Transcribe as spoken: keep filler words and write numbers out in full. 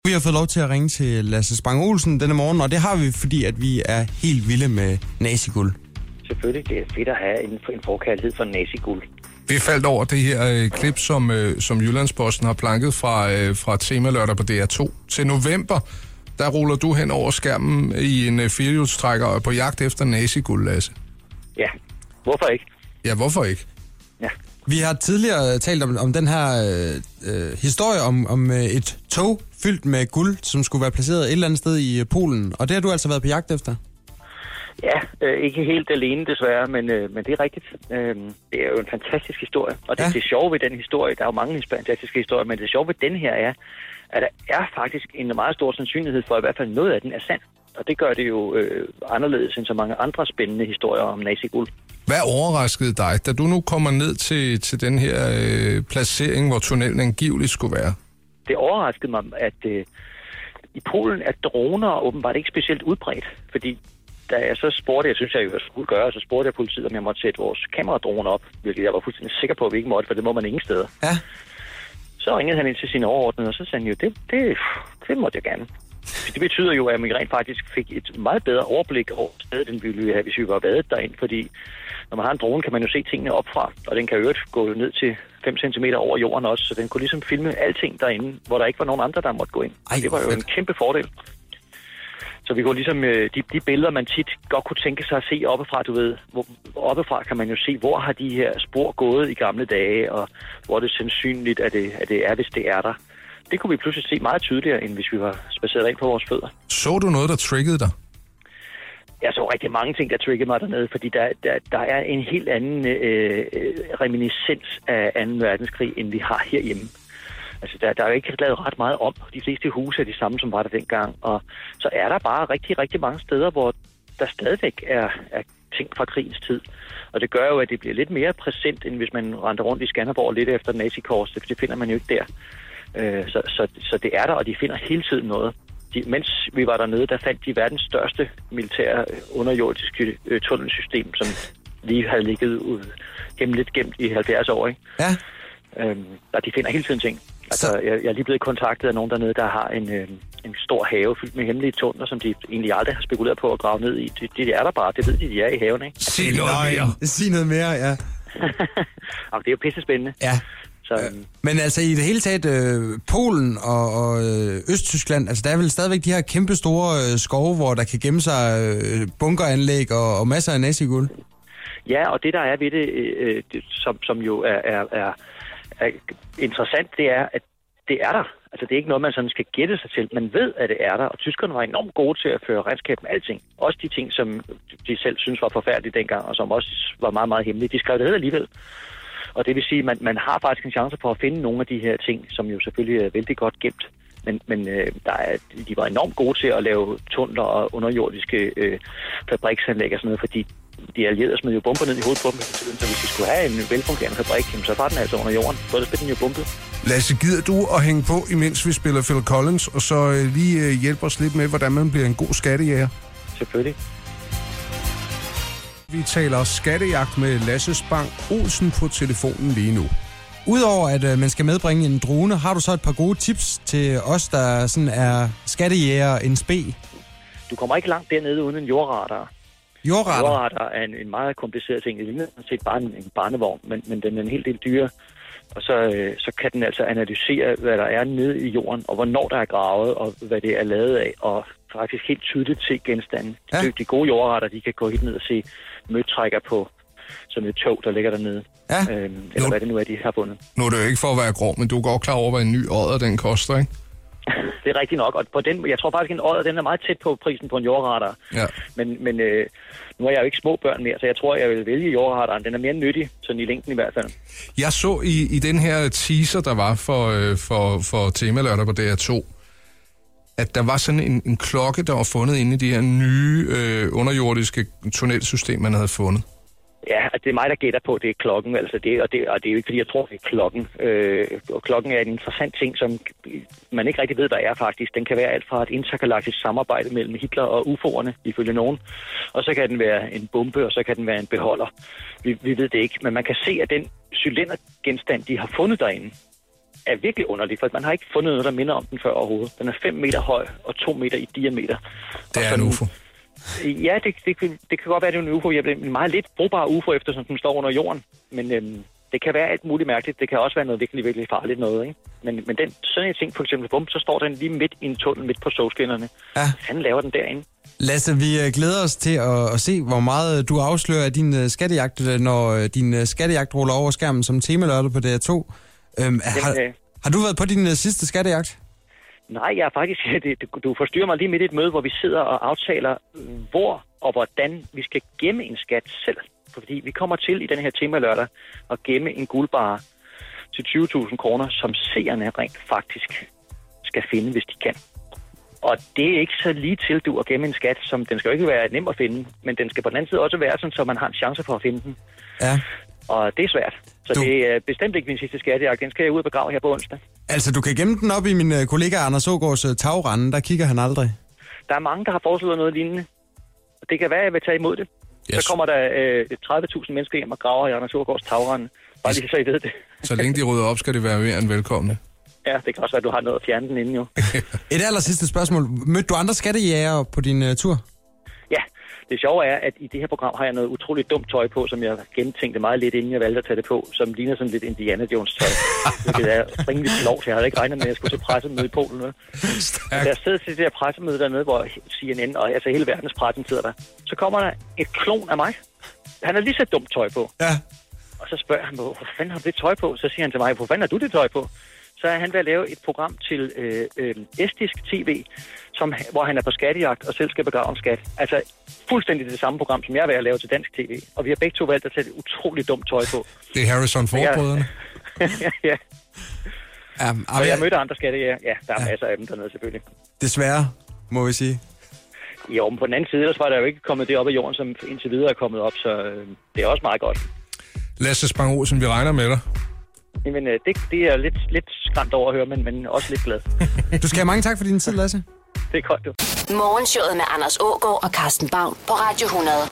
Vi har fået lov til at ringe til Lasse Spang Olsen denne morgen, og det har vi, fordi at vi er helt vilde med naziguld. Selvfølgelig, det er fedt at have en, en forkærlighed for naziguld. Vi faldt over det her øh, klip, som, øh, som Jyllandsposten har planket fra, øh, fra Temalørdag på D R to. Til november, der ruller du hen over skærmen i en øh, firehjulstrækker og er på jagt efter naziguld, Lasse. Ja, hvorfor ikke? Ja, hvorfor ikke? Ja. Vi har tidligere talt om, om den her øh, historie om, om et tog fyldt med guld, som skulle være placeret et eller andet sted i Polen. Og det har du altså været på jagt efter? Ja, øh, ikke helt alene desværre, men, øh, men det er rigtigt. Øh, det er jo en fantastisk historie. Og det, ja. det sjove ved den historie, der er jo mange fantastiske historier, men det sjove ved den her er, at der er faktisk en meget stor sandsynlighed for, at i hvert fald noget af den er sand. Og det gør det jo øh, anderledes end så mange andre spændende historier om naziguld. Hvad overraskede dig, da du nu kommer ned til, til den her øh, placering, hvor tunnelen angiveligt skulle være? Det overraskede mig, at øh, i Polen er droner åbenbart ikke specielt udbredt. Fordi da jeg så spurgte, jeg synes, jeg jo skulle gøre, så spurgte jeg politiet, om jeg måtte sætte vores kameradroner op, hvilket jeg var fuldstændig sikker på, at vi ikke måtte, for det må man ingen steder. Ja. Så ringede han ind til sine overordnede, og så sagde han jo, det, det, det måtte jeg gerne. Det betyder jo, at vi rent faktisk fik et meget bedre overblik over stedet, end vi ville have, hvis vi var badet derind, fordi når man har en drone, kan man jo se tingene opfra, og den kan jo øvrigt gå ned til fem centimeter over jorden også, så den kunne ligesom filme alting derinde, hvor der ikke var nogen andre, der måtte gå ind. Ej, det var jo fedt. En kæmpe fordel. Så vi kunne ligesom, de, de billeder, man tit godt kunne tænke sig at se oppefra, du ved, hvor, oppefra kan man jo se, hvor har de her spor gået i gamle dage, og hvor er det sandsynligt, at det, at det er, hvis det er der. Det kunne vi pludselig se meget tydeligere, end hvis vi var spaceret ind på vores fødder. Så du noget, der triggede dig? Jeg så rigtig mange ting, der triggede mig dernede, fordi der, der, der er en helt anden øh, reminiscens af anden verdenskrig, end vi har herhjemme. Altså, der, der er jo ikke lavet ret meget om. De fleste huse er de samme, som var der dengang. Og så er der bare rigtig, rigtig mange steder, hvor der stadigvæk er, er ting fra krigens tid. Og det gør jo, at det bliver lidt mere præsent, end hvis man render rundt i Skanderborg lidt efter nazikorset, for det finder man jo ikke der. Øh, så, så, så det er der, og de finder hele tiden noget. De, mens vi var dernede, der fandt de verdens største militære underjordiske øh, tunnelsystem, som lige havde ligget ud, gennem lidt gemt i halvfjerds år. Ikke? Ja. Øhm, og de finder hele tiden ting. Altså, så... jeg, jeg er lige blevet kontaktet af nogen dernede, der har en, øh, en stor have fyldt med hemmelige tunneler, som de egentlig aldrig har spekuleret på at grave ned i. Det de, de er der bare, det ved de, de er i haven, ikke? Sig noget mere. Sig noget mere, ja. Og det er jo pisse spændende. Ja. Så, øh, men altså i det hele taget, øh, Polen og, og øh, Østtyskland, altså der er vel stadigvæk de her kæmpe store øh, skove, hvor der kan gemme sig øh, bunkeranlæg og, og masser af naziguld. Ja, og det der er ved det, øh, det som, som jo er, er, er, er interessant, det er, at det er der. Altså det er ikke noget, man sådan skal gætte sig til. Man ved, at det er der, og tyskerne var enormt gode til at føre regnskab med alting. Også de ting, som de selv synes var forfærdelige dengang, og som også var meget, meget hemmelige. De skrev det alligevel. Og det vil sige, at man, man har faktisk en chance for at finde nogle af de her ting, som jo selvfølgelig er vældig godt gemt. Men, men øh, der er, de var enormt gode til at lave tunneler og underjordiske øh, fabriksanlæg og sådan noget, fordi de allierede smed jo bomber ned i hovedet på dem i tiden. Så hvis vi skulle have en velfungerende fabrik, så var den altså under jorden. Så er den jo bumpet. Lasse, gider du at hænge på, imens vi spiller Phil Collins, og så øh, lige øh, hjælpe os lidt med, hvordan man bliver en god skattejæger? Selvfølgelig. Vi taler skattejagt med Lasse Spang Olsen på telefonen lige nu. Udover at øh, man skal medbringe en drone, har du så et par gode tips til os, der sådan er skattejæger en spe? Du kommer ikke langt dernede uden en jordradar. Jordradar? Jordradar er en, en meget kompliceret ting. Det ligner set bare en, en barnevogn, men, men den er en helt del dyre. Og så, øh, så kan den altså analysere, hvad der er nede i jorden, og hvornår der er gravet, og hvad det er lavet af, og faktisk helt tydeligt se genstanden. De, ja. de gode jordradar, de kan gå helt ned og se mødtrækker på sådan et tog, der ligger dernede. Ja. Øhm, eller nu, hvad det nu er, de har fundet. Nu er det jo ikke for at være grov, men du er godt klar over, hvad en ny odder den koster, ikke? Det er rigtigt nok, og på den, jeg tror faktisk, at en odder, den er meget tæt på prisen på en jordradar. Ja. Men, men øh, nu er jeg jo ikke små børn mere, så jeg tror, jeg vil vælge jordradaren. Den er mere nyttig, sådan i længden i hvert fald. Jeg så i, i den her teaser, der var for, øh, for, for Temalørdag på D R to, at der var sådan en, en klokke, der var fundet inde i de her nye øh, underjordiske tunnelsystem, man havde fundet. Ja, det er mig, der gætter på, det er klokken, altså det, og, det, og det er jo ikke, fordi jeg tror, det er klokken. Øh, og klokken er en interessant ting, som man ikke rigtig ved, hvad er faktisk. Den kan være alt fra et intergalaktisk samarbejde mellem Hitler og U F O'erne, ifølge nogen. Og så kan den være en bombe, og så kan den være en beholder. Vi, vi ved det ikke, men man kan se, at den cylindergenstand, de har fundet derinde, er virkelig underlig, for man har ikke fundet noget, der minder om den før overhovedet. Den er fem meter høj og to meter i diameter. Det er en U F O. Ja, det, det, det kan godt være, det er en U F O. Jeg bliver en meget lidt brugbar U F O, eftersom den står under jorden. Men øhm, det kan være alt muligt mærkeligt. Det kan også være noget virkelig, virkelig farligt noget, ikke? Men, men den, sådan en ting, for eksempel, bum, så står den lige midt i en tunnel midt på solskinnerne. Ja. Han laver den derinde. Lasse, vi glæder os til at, at se, hvor meget du afslører af din uh, skattejagt, når uh, din uh, skattejagt ruller over skærmen som temalørdag på D R to. Øhm, har, øh... har du været på din uh, sidste skattejagt? Nej, jeg er faktisk... Det, du forstyrrer mig lige midt i et møde, hvor vi sidder og aftaler, hvor og hvordan vi skal gemme en skat selv. Fordi vi kommer til i den her temalørdag at gemme en guldbarre til tyve tusind kroner, som seerne rent faktisk skal finde, hvis de kan. Og det er ikke så lige til, du at gemme en skat, som den skal jo ikke være nem at finde, men den skal på den anden side også være sådan, så man har en chance for at finde den. Ja. Og det er svært. Så du... det er bestemt ikke min sidste skattejagt. Den skal jeg ud og begrave her på onsdag. Altså, du kan gemme den op i min uh, kollega Anders Aagaards uh, tagrende. Der kigger han aldrig. Der er mange, der har foreslået noget lignende. Og det kan være, at jeg vil tage imod det. Yes. Så kommer der øh, tredive tusind mennesker hjem og graver i Anders Aagaards tagrende. Bare lige så I ved det. Så længe de rydder op, skal det være mere end velkomne. Ja, det kan også være, at du har noget at fjerne den inden jo. Et aller sidste spørgsmål. Mødte du andre skattejæger på din uh, tur? Ja, det sjove er, at i det her program har jeg noget utroligt dumt tøj på, som jeg gennemtænkte meget lidt, inden jeg valgte at tage det på, som ligner sådan lidt Indiana Jones tøj. Det er rimelig flot, jeg havde ikke regnet med, at jeg skulle til pressemøde i Polen. Da jeg sidder til det her pressemøde dernede, hvor C N N og altså hele verdens pressen sidder der, så kommer der et klon af mig. Han har lige så dumt tøj på. Ja. Og så spørger han, hvor fanden har du det tøj på? Så siger han til mig, hvor fanden har du det tøj på? Så er han ved at lave et program til øh, øh, estisk tv, som, hvor han er på skattejagt og selv skal begrave en skat. Altså fuldstændig det samme program, som jeg er ved at lave til dansk tv. Og vi har begge to valgt at tage et utroligt dumt tøj på. Det er Harrison Ford-brødrene. ja, ja. Ja, og jeg mødte andre skattejæger. Ja, der er ja. masser af dem dernede selvfølgelig. Desværre, må vi sige. Jo, men på den anden side, så var der jo ikke kommet det op af jorden, som indtil videre er kommet op, så øh, det er også meget godt. Lasse Spang Olsen, vi regner med dig. Jamen, det, det er lidt, lidt skræmt over at høre, men, men også lidt glad. Du skal have mange tak for din tid, Lasse. Det er godt, du. Morgenshowet med Anders Aagaard og Carsten Baum på Radio hundrede.